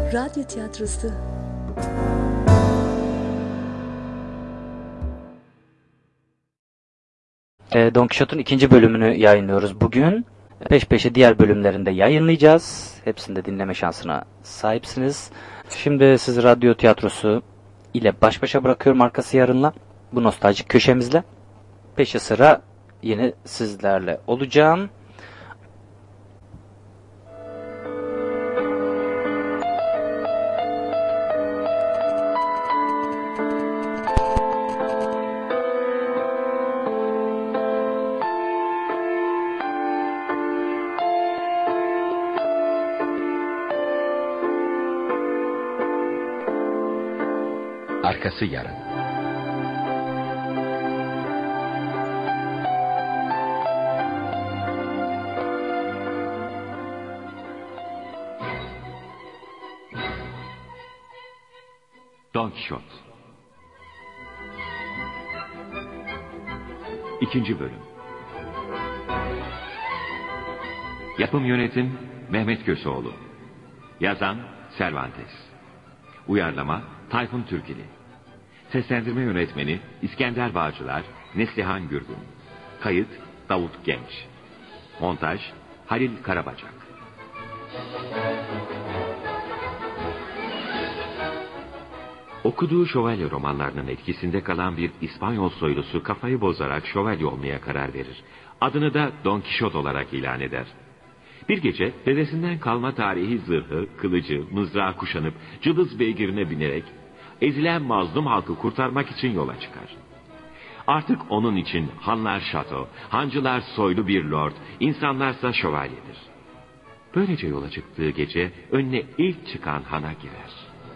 Radyo tiyatrosu. Don Quixote'un 2. bölümünü yayınlıyoruz bugün. Peş peşe diğer bölümlerinde yayınlayacağız. Hepsinde dinleme şansına sahipsiniz. Şimdi sizi radyo tiyatrosu ile baş başa bırakıyorum arkası yarınla. Bu nostaljik köşemizle. Peşi sıra yine sizlerle olacağım. Arkası yarın. Don Quixote 2. bölüm. Yapım yönetim Mehmet Köseoğlu. Yazan Cervantes. Uyarlama Tayfun Türkili. Seslendirme yönetmeni İskender Bağcılar, Neslihan Gürgün. Kayıt Davut Genç. Montaj Halil Karabacak. Okuduğu şövalye romanlarının etkisinde kalan bir İspanyol soylusu kafayı bozarak şövalye olmaya karar verir. Adını da Don Quixote olarak ilan eder. Bir gece dedesinden kalma tarihi zırhı, kılıcı, mızrağı kuşanıp cılız beygirine binerek ezilen mazlum halkı kurtarmak için yola çıkar. Artık onun için hanlar şato, hancılar soylu bir lord, insanlarsa şövalyedir. Böylece yola çıktığı gece önüne ilk çıkan hana girer.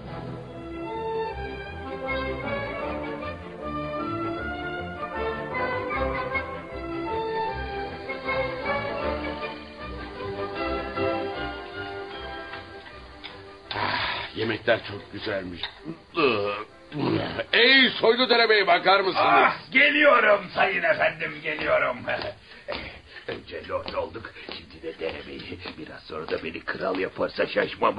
Yemekler çok güzelmiş. Ey soylu derebey, bakar mısınız? Geliyorum sayın efendim, geliyorum. Önce lord olduk, şimdi de derebeyi. Biraz sonra da beni kral yaparsa şaşmam.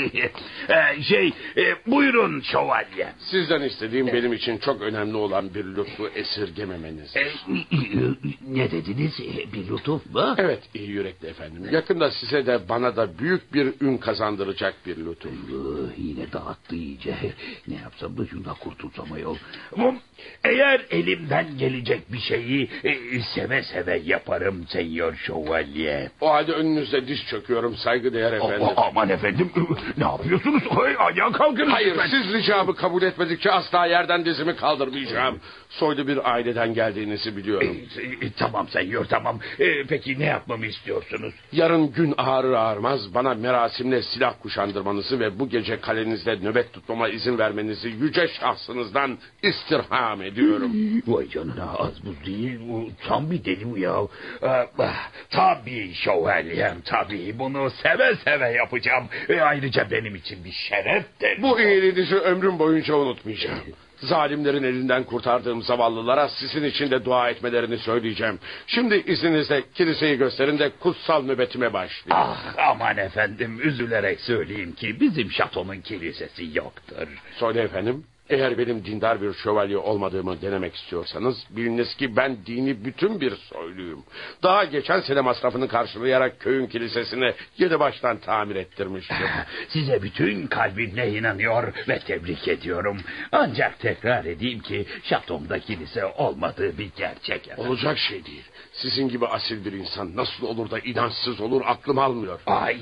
Buyurun şövalye. Sizden istediğim benim için çok önemli olan bir lütfu esirgememeniz. Ne dediniz? Bir lütuf mu? Evet, iyi yürekli efendim. Yakında size de bana da büyük bir ün kazandıracak bir lütuf. Yine dağıttı iyice. Ne yapsam da şundan kurtulsam ayol. Eğer elimden gelecek bir şeyi seve seve yaparım senyor şövalye. O halde önünüzde diz çöküyorum saygıdeğer efendim. Aman efendim, ne yapıyorsunuz? Ayağa kalkın. Hayır, siz ricamı kabul etmedikçe asla yerden dizimi kaldırmayacağım. Soylu bir aileden geldiğinizi biliyorum. Tamam senyor, tamam. Peki ne yapmamı istiyorsunuz? Yarın gün ağrır ağarmaz bana merasimle silah kuşandırmanızı ve bu gece kalenizde nöbet tutmama izin vermenizi yüce şahsınızdan istirham ediyorum. Vay canına, az buz değil. Bu tam bir deli bu ya. Tabii şövalyem, tabii. Bunu seve seve yapacağım. Ayrıca benim için bir şereftir. Bu iyiliğinizi ömrüm boyunca unutmayacağım. Zalimlerin elinden kurtardığım zavallılara sizin için de dua etmelerini söyleyeceğim. Şimdi izninizle kiliseyi gösterin de kutsal nöbetime başlayayım. Aman efendim, üzülerek söyleyeyim ki bizim şatonun kilisesi yoktur. Söyle efendim. Eğer benim dindar bir şövalye olmadığımı denemek istiyorsanız biliniz ki ben dini bütün bir soyluyum. Daha geçen sene masrafını karşılayarak köyün kilisesini yeni baştan tamir ettirmiştim. Size bütün kalbimle inanıyor ve tebrik ediyorum. Ancak tekrar edeyim ki şatomda kilise olmadığı bir gerçek. Olacak şey değil. Sizin gibi asil bir insan nasıl olur da inançsız olur aklım almıyor.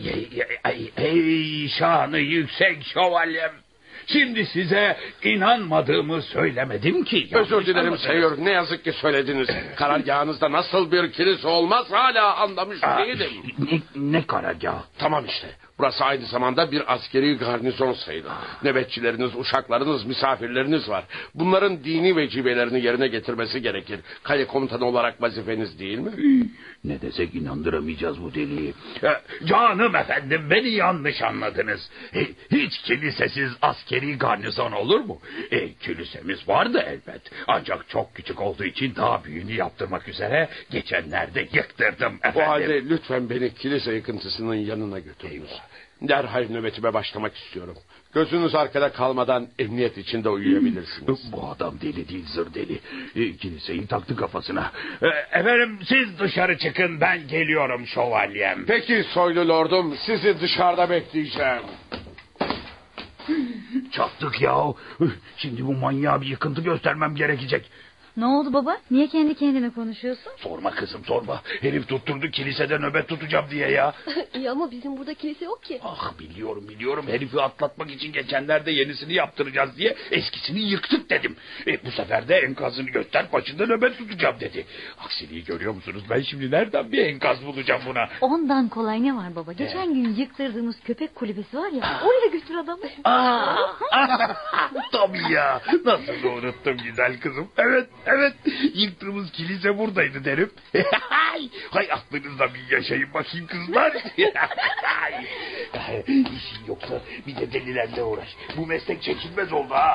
Ey şanı yüksek şövalyem. Şimdi size inanmadığımı söylemedim ki. Özür dilerim senyor, ne yazık ki söylediniz. Karargahınızda nasıl bir kilise olmaz hala anlamış değilim. Ne karargah? Tamam işte. Burası aynı zamanda bir askeri garnizon sayılır. Nöbetçileriniz, uşaklarınız, misafirleriniz var. Bunların dini vecibelerini yerine getirmesi gerekir. Kale komutanı olarak vazifeniz değil mi? Ne desek inandıramayacağız bu deliği. Canım efendim, beni yanlış anladınız. Hiç kilisesiz askeri garnizon olur mu? Kilisemiz vardı elbet. Ancak çok küçük olduğu için daha büyüğünü yaptırmak üzere geçenlerde yıktırdım efendim. O halde lütfen beni kilise yıkıntısının yanına götürünüz. Derhal nöbetime başlamak istiyorum. Gözünüz arkada kalmadan emniyet içinde uyuyabilirsiniz. Bu adam deli değil, zır deli. Kiliseyi taktı kafasına. Efendim siz dışarı çıkın, ben geliyorum şövalyem. Peki soylu lordum, sizi dışarıda bekleyeceğim. Çattık ya. Şimdi bu manyağa bir yıkıntı göstermem gerekecek. Ne oldu baba? Niye kendi kendine konuşuyorsun? Sorma kızım sorma. Herif tutturdu kilisede nöbet tutacağım diye ya. İyi ama bizim burada kilise yok ki. Ah biliyorum. Herifi atlatmak için geçenlerde yenisini yaptıracağız diye eskisini yıktık dedim. Bu sefer de enkazını göster, başında nöbet tutacağım dedi. Aksiliği görüyor musunuz? Ben şimdi nereden bir enkaz bulacağım buna? Ondan kolay ne var baba? Geçen gün yıktırdığımız köpek kulübesi var ya, oraya götür adamı. Tabii ya. Nasıl da unuttum güzel kızım. Evet. Yıktığımız kilise buradaydı derim. Hay aklınızda bir yaşayın bakayım kızlar. İşin yoksa bir de delilerle uğraş. Bu meslek çekilmez oldu ha.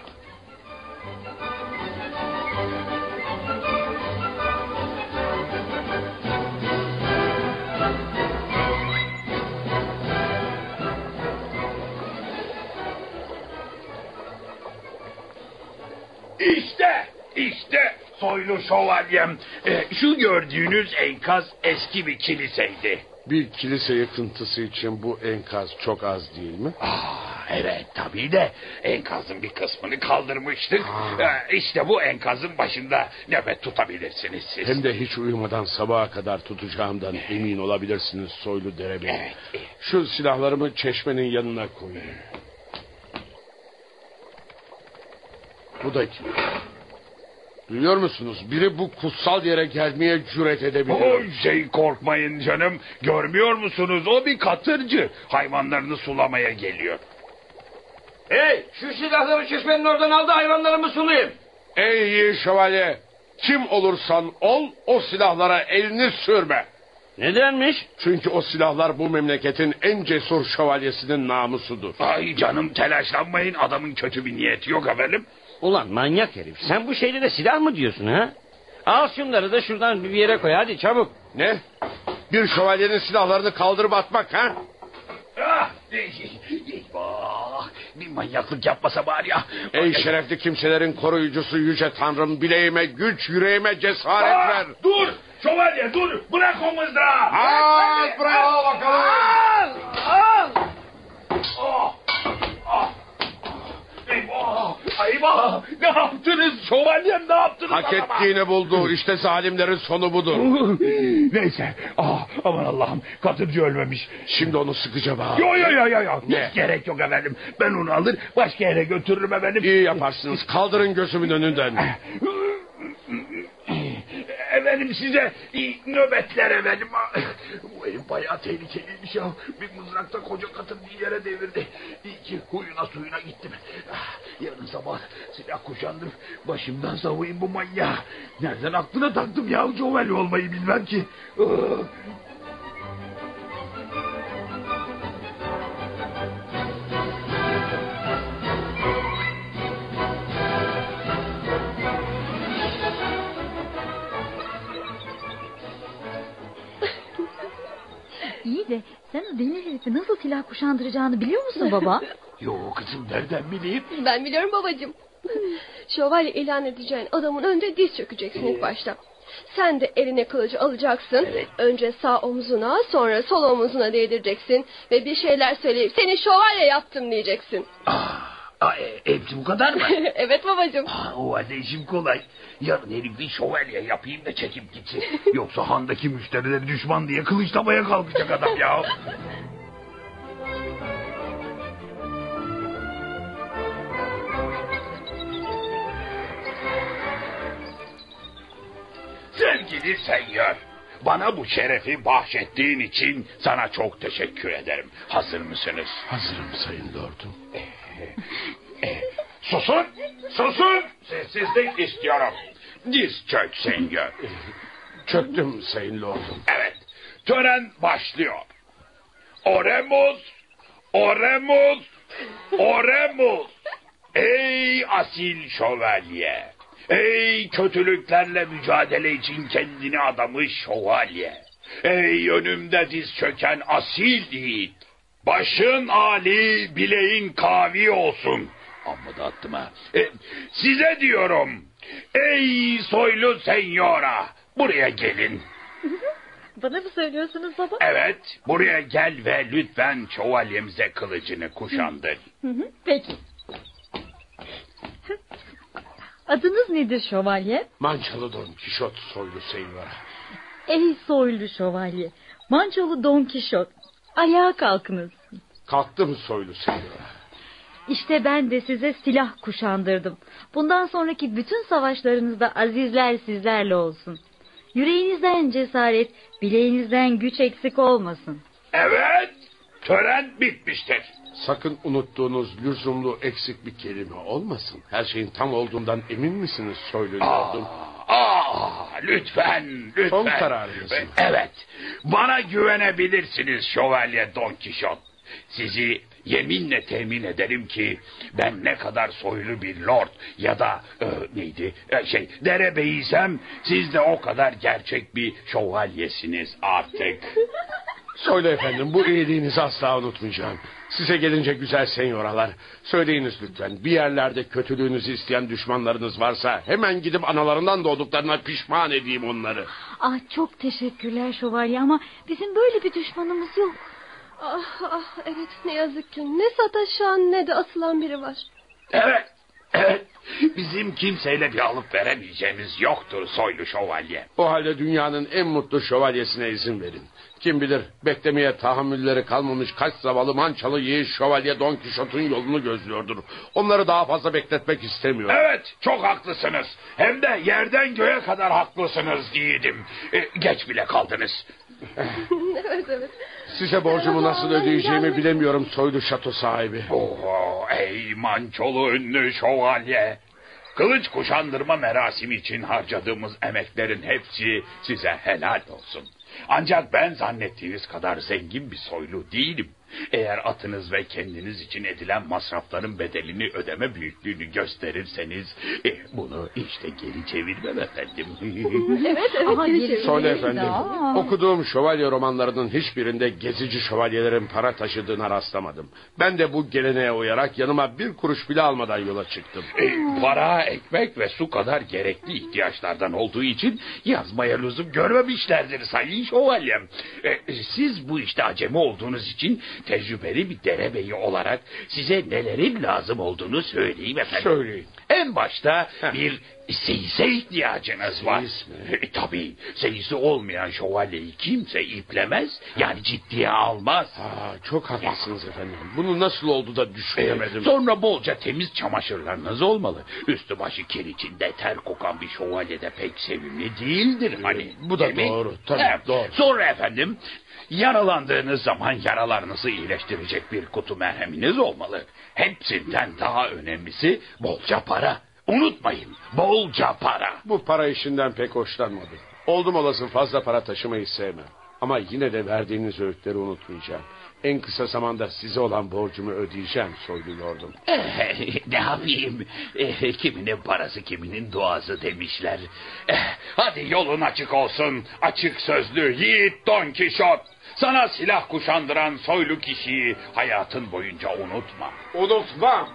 İşte soylu şövalyem. Şu gördüğünüz enkaz eski bir kiliseydi. Bir kilise yıkıntısı için bu enkaz çok az değil mi? Evet tabii de enkazın bir kısmını kaldırmıştık. İşte bu enkazın başında nöbet tutabilirsiniz siz. Hem de hiç uyumadan sabaha kadar tutacağımdan emin olabilirsiniz soylu derebey. Evet. Şu silahlarımı çeşmenin yanına koyayım. Bu da kim? Duyuyor musunuz? Biri bu kutsal yere gelmeye cüret edebilir. Korkmayın canım. Görmüyor musunuz? O bir katırcı. Hayvanlarını sulamaya geliyor. Hey, şu silahları çeşmenin oradan al da hayvanlarımı sulayayım. Ey yiğit şövalye! Kim olursan ol, o silahlara elini sürme. Nedenmiş? Çünkü o silahlar bu memleketin en cesur şövalyesinin namusudur. Ay canım telaşlanmayın. Adamın kötü bir niyeti yok efendim. Ulan manyak herif, sen bu şeylere silah mı diyorsun ha? Al şunları da şuradan bir yere koy, hadi çabuk. Ne? Bir şövalyenin silahlarını kaldırıp atmak ha? Eyvah! Bir manyaklık yapmasa bari ya. Ey şerefli kimselerin koruyucusu yüce tanrım, bileğime güç, yüreğime cesaret ver. Dur! Şövalye dur! Bırak o mızrağı! Al bravo bakalım! Al! Eyvah! Ne yaptınız şövalyem, ne yaptınız? Hak ettiğini buldu. İşte zalimlerin sonu budur. Neyse. Aman Allah'ım, katırcı ölmemiş. Şimdi onu sıkıca bağ. Yo. Ne? Hiç gerek yok efendim. Ben onu alır başka yere götürürüm efendim. İyi yaparsınız. Kaldırın gözümün önünden. Efendim size iyi nöbetler efendim. Bu herif bayağı tehlikeliymiş ya. Bir mızrakta koca katır bir yere devirdi. İyi ki huyuna suyuna gittim. Yarın sabah silah kuşandırıp başımdan savayım bu manyağı. Nereden aklına taktım ya, şövalye olmayı bilmem ki. İyi de sen o deli herifi nasıl silah kuşandıracağını biliyor musun baba? Yok kızım, nereden bileyim? Ben biliyorum babacığım. Şövalye ilan edeceğin adamın önünde diz çökeceksin ilk başta. Sen de eline kılıcı alacaksın. Evet. Önce sağ omzuna, sonra sol omzuna değdireceksin. Ve bir şeyler söyleyip seni şövalye yaptım diyeceksin. Hepsi bu kadar mı? Evet babacığım. O halde işim kolay. Yarın herifi şövalye yapayım da çekip gitsin. Yoksa handaki müşterileri düşman diye kılıçlamaya kalkacak adam ya. Sevgili seyyar, bana bu şerefi bahşettiğin için sana çok teşekkür ederim. Hazır mısınız? Hazırım sayın lordum. Susun! Sessizlik istiyorum. Diz çök seyyar. Çöktüm sayın lordum. Evet, tören başlıyor. Oremus! Ey asil şövalye! Ey kötülüklerle mücadele için kendini adamış şövalye! Ey önümde diz çöken asil yiğit! Başın âli, bileğin kavi olsun. Amma da attım ha. Size diyorum. Ey soylu senyora, buraya gelin. Bana mı söylüyorsunuz baba? Evet, buraya gel ve lütfen şövalyemize kılıcını kuşandır. Peki. Adınız nedir şövalye? Mançalı Don Kişot soylu senyora. Ey soylu şövalye. Mançolu Don Kişot. Ayağa kalkınız. Kalktım soylu senyora. İşte ben de size silah kuşandırdım. Bundan sonraki bütün savaşlarınızda azizler sizlerle olsun. Yüreğinizden cesaret, bileğinizden güç eksik olmasın. Evet, tören bitmiştir. Sakın unuttuğunuz lüzumlu eksik bir kelime olmasın. Her şeyin tam olduğundan emin misiniz soylu lordum? Lütfen. Son kararınız mı? Evet, bana güvenebilirsiniz Şövalye Don Kişot. Sizi yeminle temin ederim ki ben ne kadar soylu bir lord ya da derebeyiysem siz de o kadar gerçek bir şövalyesiniz artık. Söyle efendim, bu iyiliğinizi asla unutmayacağım. Size gelince güzel senyoralar, söyleyiniz lütfen, bir yerlerde kötülüğünüzü isteyen düşmanlarınız varsa hemen gidip analarından doğduklarına pişman edeyim onları. Çok teşekkürler şövalye ama bizim böyle bir düşmanımız yok. Evet, ne yazık ki ne sataşan ne de asılan biri var. Evet. Bizim kimseyle bir alıp veremeyeceğimiz yoktur soylu şövalye. O halde dünyanın en mutlu şövalyesine izin verin. Kim bilir beklemeye tahammülleri kalmamış kaç zavallı Mançalı yiğit şövalye Don Kişot'un yolunu gözlüyordur. Onları daha fazla bekletmek istemiyorum. Evet, çok haklısınız. Hem de yerden göğe kadar haklısınız yiğidim. Geç bile kaldınız. Evet. Size borcumu nasıl ödeyeceğimi bilemiyorum soylu şato sahibi. Ey Mançolu ünlü şövalye. Kılıç kuşandırma merasimi için harcadığımız emeklerin hepsi size helal olsun. Ancak ben zannettiğiniz kadar zengin bir soylu değilim. Eğer atınız ve kendiniz için edilen masrafların bedelini ödeme büyüklüğünü gösterirseniz bunu işte geri çevirmem efendim. Evet, geri çevirmem. Söyle efendim, okuduğum şövalye romanlarının hiçbirinde gezici şövalyelerin para taşıdığına rastlamadım. Ben de bu geleneğe uyarak yanıma bir kuruş bile almadan yola çıktım. Para, ekmek ve su kadar gerekli ihtiyaçlardan olduğu için yazmaya lüzum görmemişlerdir sayın şövalyem. Siz bu işte acemi olduğunuz için tecrübeli bir derebeyi olarak size nelerin lazım olduğunu söyleyeyim efendim. Söyleyin. En başta bir seyise ihtiyacınız var. Tabii seyisi olmayan şövalyeyi kimse iplemez, yani ciddiye almaz. Çok haklısınız efendim. Bunu nasıl oldu da düşünemedim. Sonra bolca temiz çamaşırlarınız olmalı. Üstü başı kir içinde ter kokan bir şövalye de pek sevimli değildir hani. Bu da doğru. Tabii doğru. Sonra efendim, yaralandığınız zaman yaralarınızı iyileştirecek bir kutu merheminiz olmalı. Hepsinden daha önemlisi bolca para. Unutmayın, bolca para. Bu para işinden pek hoşlanmadım. Oldum olası fazla para taşımayı sevmem. Ama yine de verdiğiniz öğütleri unutmayacağım. En kısa zamanda size olan borcumu ödeyeceğim soylu lordum. Ne yapayım? Kiminin parası kiminin duası demişler. Hadi yolun açık olsun, açık sözlü yiğit Don Kişot. Sana silah kuşandıran soylu kişiyi hayatın boyunca unutma. Unutmam.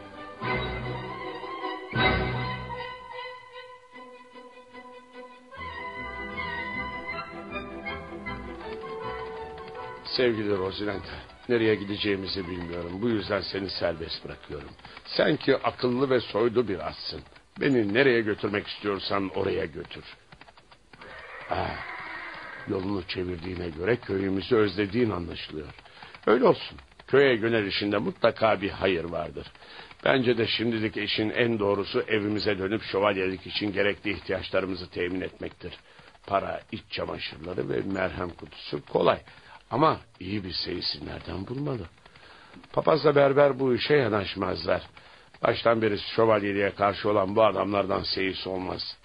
Sevgili Rosinante, nereye gideceğimizi bilmiyorum. Bu yüzden seni serbest bırakıyorum. Sen ki akıllı ve soylu bir atsın. Beni nereye götürmek istiyorsan oraya götür. Yolunu çevirdiğine göre köyümüzü özlediğin anlaşılıyor. Öyle olsun. Köye yönelişinde mutlaka bir hayır vardır. Bence de şimdilik işin en doğrusu evimize dönüp şövalyelik için gerekli ihtiyaçlarımızı temin etmektir. Para, iç çamaşırları ve merhem kutusu kolay. Ama iyi bir seyisi nereden bulmalı? Papazla berber bu işe yanaşmazlar. Baştan beri şövalyeliğe karşı olan bu adamlardan seyis olmaz.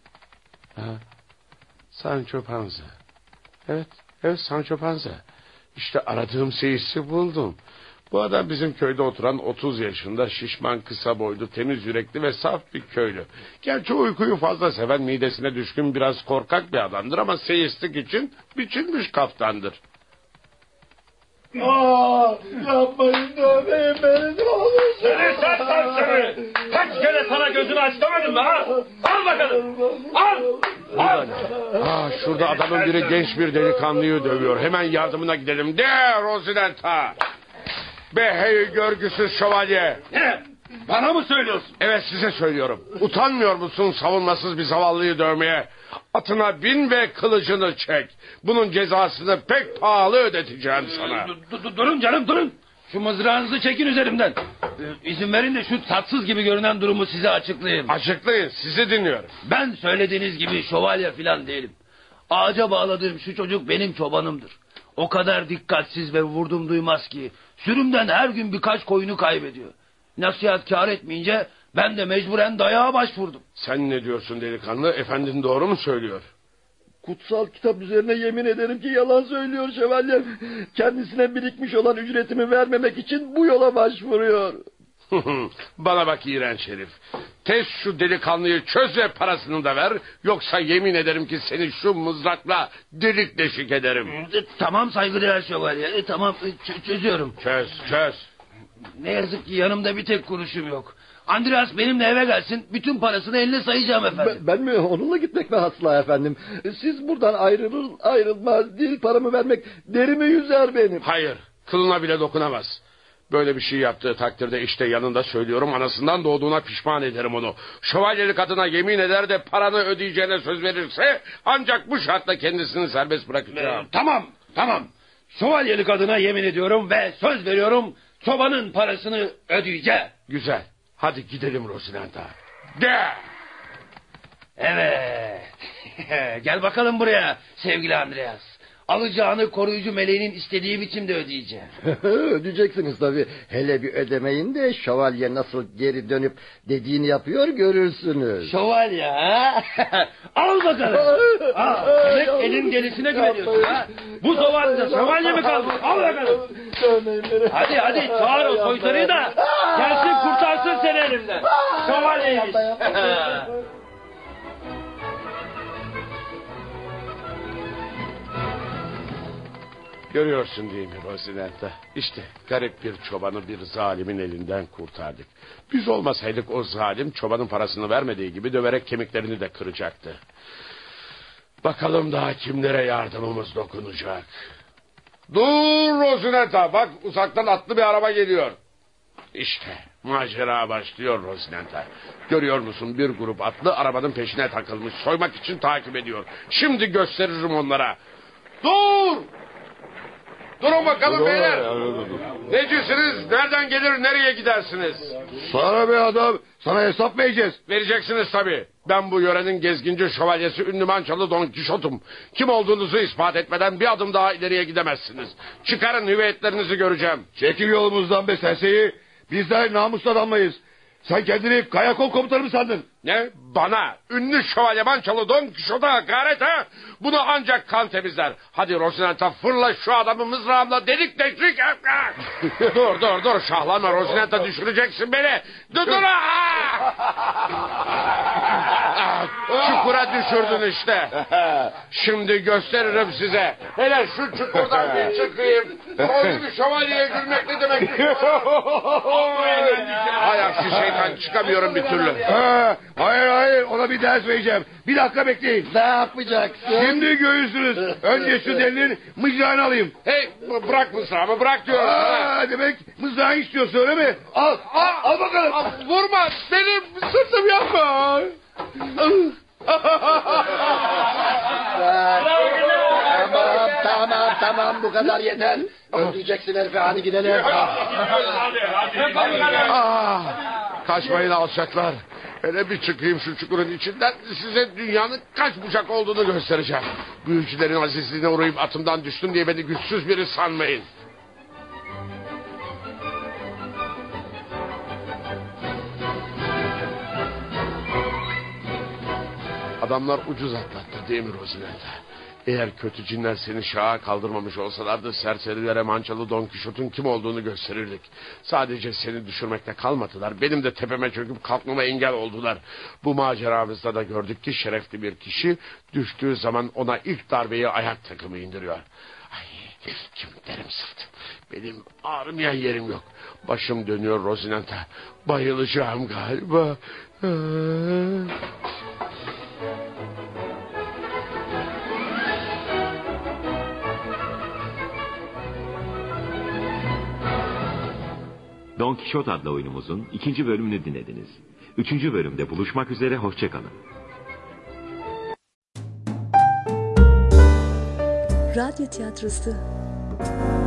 Sancho Panza. Evet Sancho Panza. İşte aradığım seyisi buldum. Bu adam bizim köyde oturan 30 yaşında şişman, kısa boylu, temiz yürekli ve saf bir köylü. Gerçi uykuyu fazla seven, midesine düşkün, biraz korkak bir adamdır ama seyislik için biçilmiş kaftandır. Yapmayın, dövmeyin beni, ne olur. Seni serseri! Kaç kere sana gözünü aç demedim mi ha? Al bakalım! Al! Şurada adamın biri genç bir delikanlıyı dövüyor. Hemen yardımına gidelim. De Rosinanta! Be hey görgüsüz şövalye! Ne? Bana mı söylüyorsun? Evet, size söylüyorum. Utanmıyor musun savunmasız bir zavallıyı dövmeye? Atına bin ve kılıcını çek. Bunun cezasını pek pahalı ödeteceğim sana. Durun canım, durun. Şu mızrağınızı çekin üzerimden. İzin verin de şu tatsız gibi görünen durumu size açıklayayım. Açıklayın, sizi dinliyorum. Ben söylediğiniz gibi şövalye falan değilim. Ağaca bağladığım şu çocuk benim çobanımdır. O kadar dikkatsiz ve vurdum duymaz ki sürümden her gün birkaç koyunu kaybediyor. Nasihat kâr etmeyince ben de mecburen dayağa başvurdum. Sen ne diyorsun delikanlı? Efendin doğru mu söylüyor? Kutsal kitap üzerine yemin ederim ki yalan söylüyor şövalyem. Kendisine birikmiş olan ücretimi vermemek için bu yola başvuruyor. Bana bak iğrenç herif. Tez şu delikanlıyı çöz ve parasını da ver. Yoksa yemin ederim ki seni şu mızrakla delik deşik ederim. Tamam saygıdeğer şövalye. Tamam çözüyorum. Çöz. Ne yazık ki yanımda bir tek kuruşum yok. Andreas benimle eve gelsin. Bütün parasını eline sayacağım efendim. Ben mi? Onunla gitmek mi asla efendim? Siz buradan ayrılmaz değil, paramı vermek derimi yüzer benim. Hayır, kılına bile dokunamaz. Böyle bir şey yaptığı takdirde işte yanında söylüyorum, anasından doğduğuna pişman ederim onu. Şövalyelik adına yemin eder de paranı ödeyeceğine söz verirse ancak bu şartla kendisini serbest bırakacağım. Tamam. Şövalyelik adına yemin ediyorum ve söz veriyorum, çobanın parasını ödeyeceğim. Güzel. Hadi gidelim Rosinanta. De! Evet. Gel bakalım buraya sevgili Andreas. Alacağını koruyucu meleğinin istediği biçimde ödeyeceğim. Ödeyeceksiniz tabii. Hele bir ödemeyin de şövalye nasıl geri dönüp dediğini yapıyor görürsünüz. Şövalye ha? Al bakalım. Demek elin gerisine güveniyorsun ha? Bu zavallıda şövalye mi kaldı? Al bakalım. Hadi çağır o soytarıyı da gelsin kurtarsın seni elimden. Şövalyeyiz. Görüyorsun değil mi Rosinanta? İşte garip bir çobanı bir zalimin elinden kurtardık. Biz olmasaydık o zalim çobanın parasını vermediği gibi döverek kemiklerini de kıracaktı. Bakalım daha kimlere yardımımız dokunacak. Dur Rosinanta, bak uzaktan atlı bir araba geliyor. İşte macera başlıyor Rosinanta. Görüyor musun, bir grup atlı arabanın peşine takılmış, soymak için takip ediyor. Şimdi gösteririm onlara. Dur! Durun bakalım beyler. Necisiniz? Nereden gelir, nereye gidersiniz? Sana be adam, sana hesap vereceğiz. Vereceksiniz tabii. Ben bu yörenin gezginci şövalyesi ünlü Mançalı Don Kişot'um. Kim olduğunuzu ispat etmeden bir adım daha ileriye gidemezsiniz. Çıkarın, hüviyetlerinizi göreceğim. Çekil yolumuzdan be serseyi. Bizler namuslu adamlayız. Sen kendini Kayakol komutanı mı sandın? Ne? Bana, ünlü şövalye Mançalı Don Kişot'a hakaret ha? Bunu ancak kan temizler. Hadi Rosinanta, fırla şu adamı mızrağımla delik deşik. Dur şahlama Rosinanta, düşüreceksin beni. Dur. Çukura düşürdün işte. Şimdi gösteririm size. Hele şu çukurdan bir çıkayım. O gibi şövalyeye gülmek ne demek? Hay aksi şeytan, çıkamıyorum bir türlü. Hayır, ona bir ders vereceğim. Bir dakika bekleyin. Ne yapacaksın? Şimdi görürsünüz. Önce şu delinin mızrağını alayım. Hey, bırak mızrağımı, bırak diyorum sana. Demek mızrağı istiyorsun öyle mi? Al bakalım. Vurma, benim sırtım yapma. Tamam, bu kadar yeter. Öldüreceksin herifi, hadi gidelim. Kaçmayın alçaklar. Hele bir çıkayım şu çukurun içinden, size dünyanın kaç bucak olduğunu göstereceğim. Büyücülerin azizliğine uğrayıp atımdan düştüm diye beni güçsüz biri sanmayın. Adamlar ucuz atlattı değil mi Rosinanta? Eğer kötü cinler seni şaha kaldırmamış olsalardı serserilere Mançalı Don Kişot'un kim olduğunu gösterirdik. Sadece seni düşürmekte kalmadılar. Benim de tepeme çöküp kalkmama engel oldular. Bu maceramızda da gördük ki şerefli bir kişi düştüğü zaman ona ilk darbeyi ayak takımı indiriyor. Kemiklerim sırtım. Benim ağrımayan yerim yok. Başım dönüyor Rosinanta. Bayılacağım galiba. Don Quixote adlı oyunumuzun 2. bölümünü dinlediniz. 3. bölümde buluşmak üzere, hoşça kalın. Radyo tiyatrosu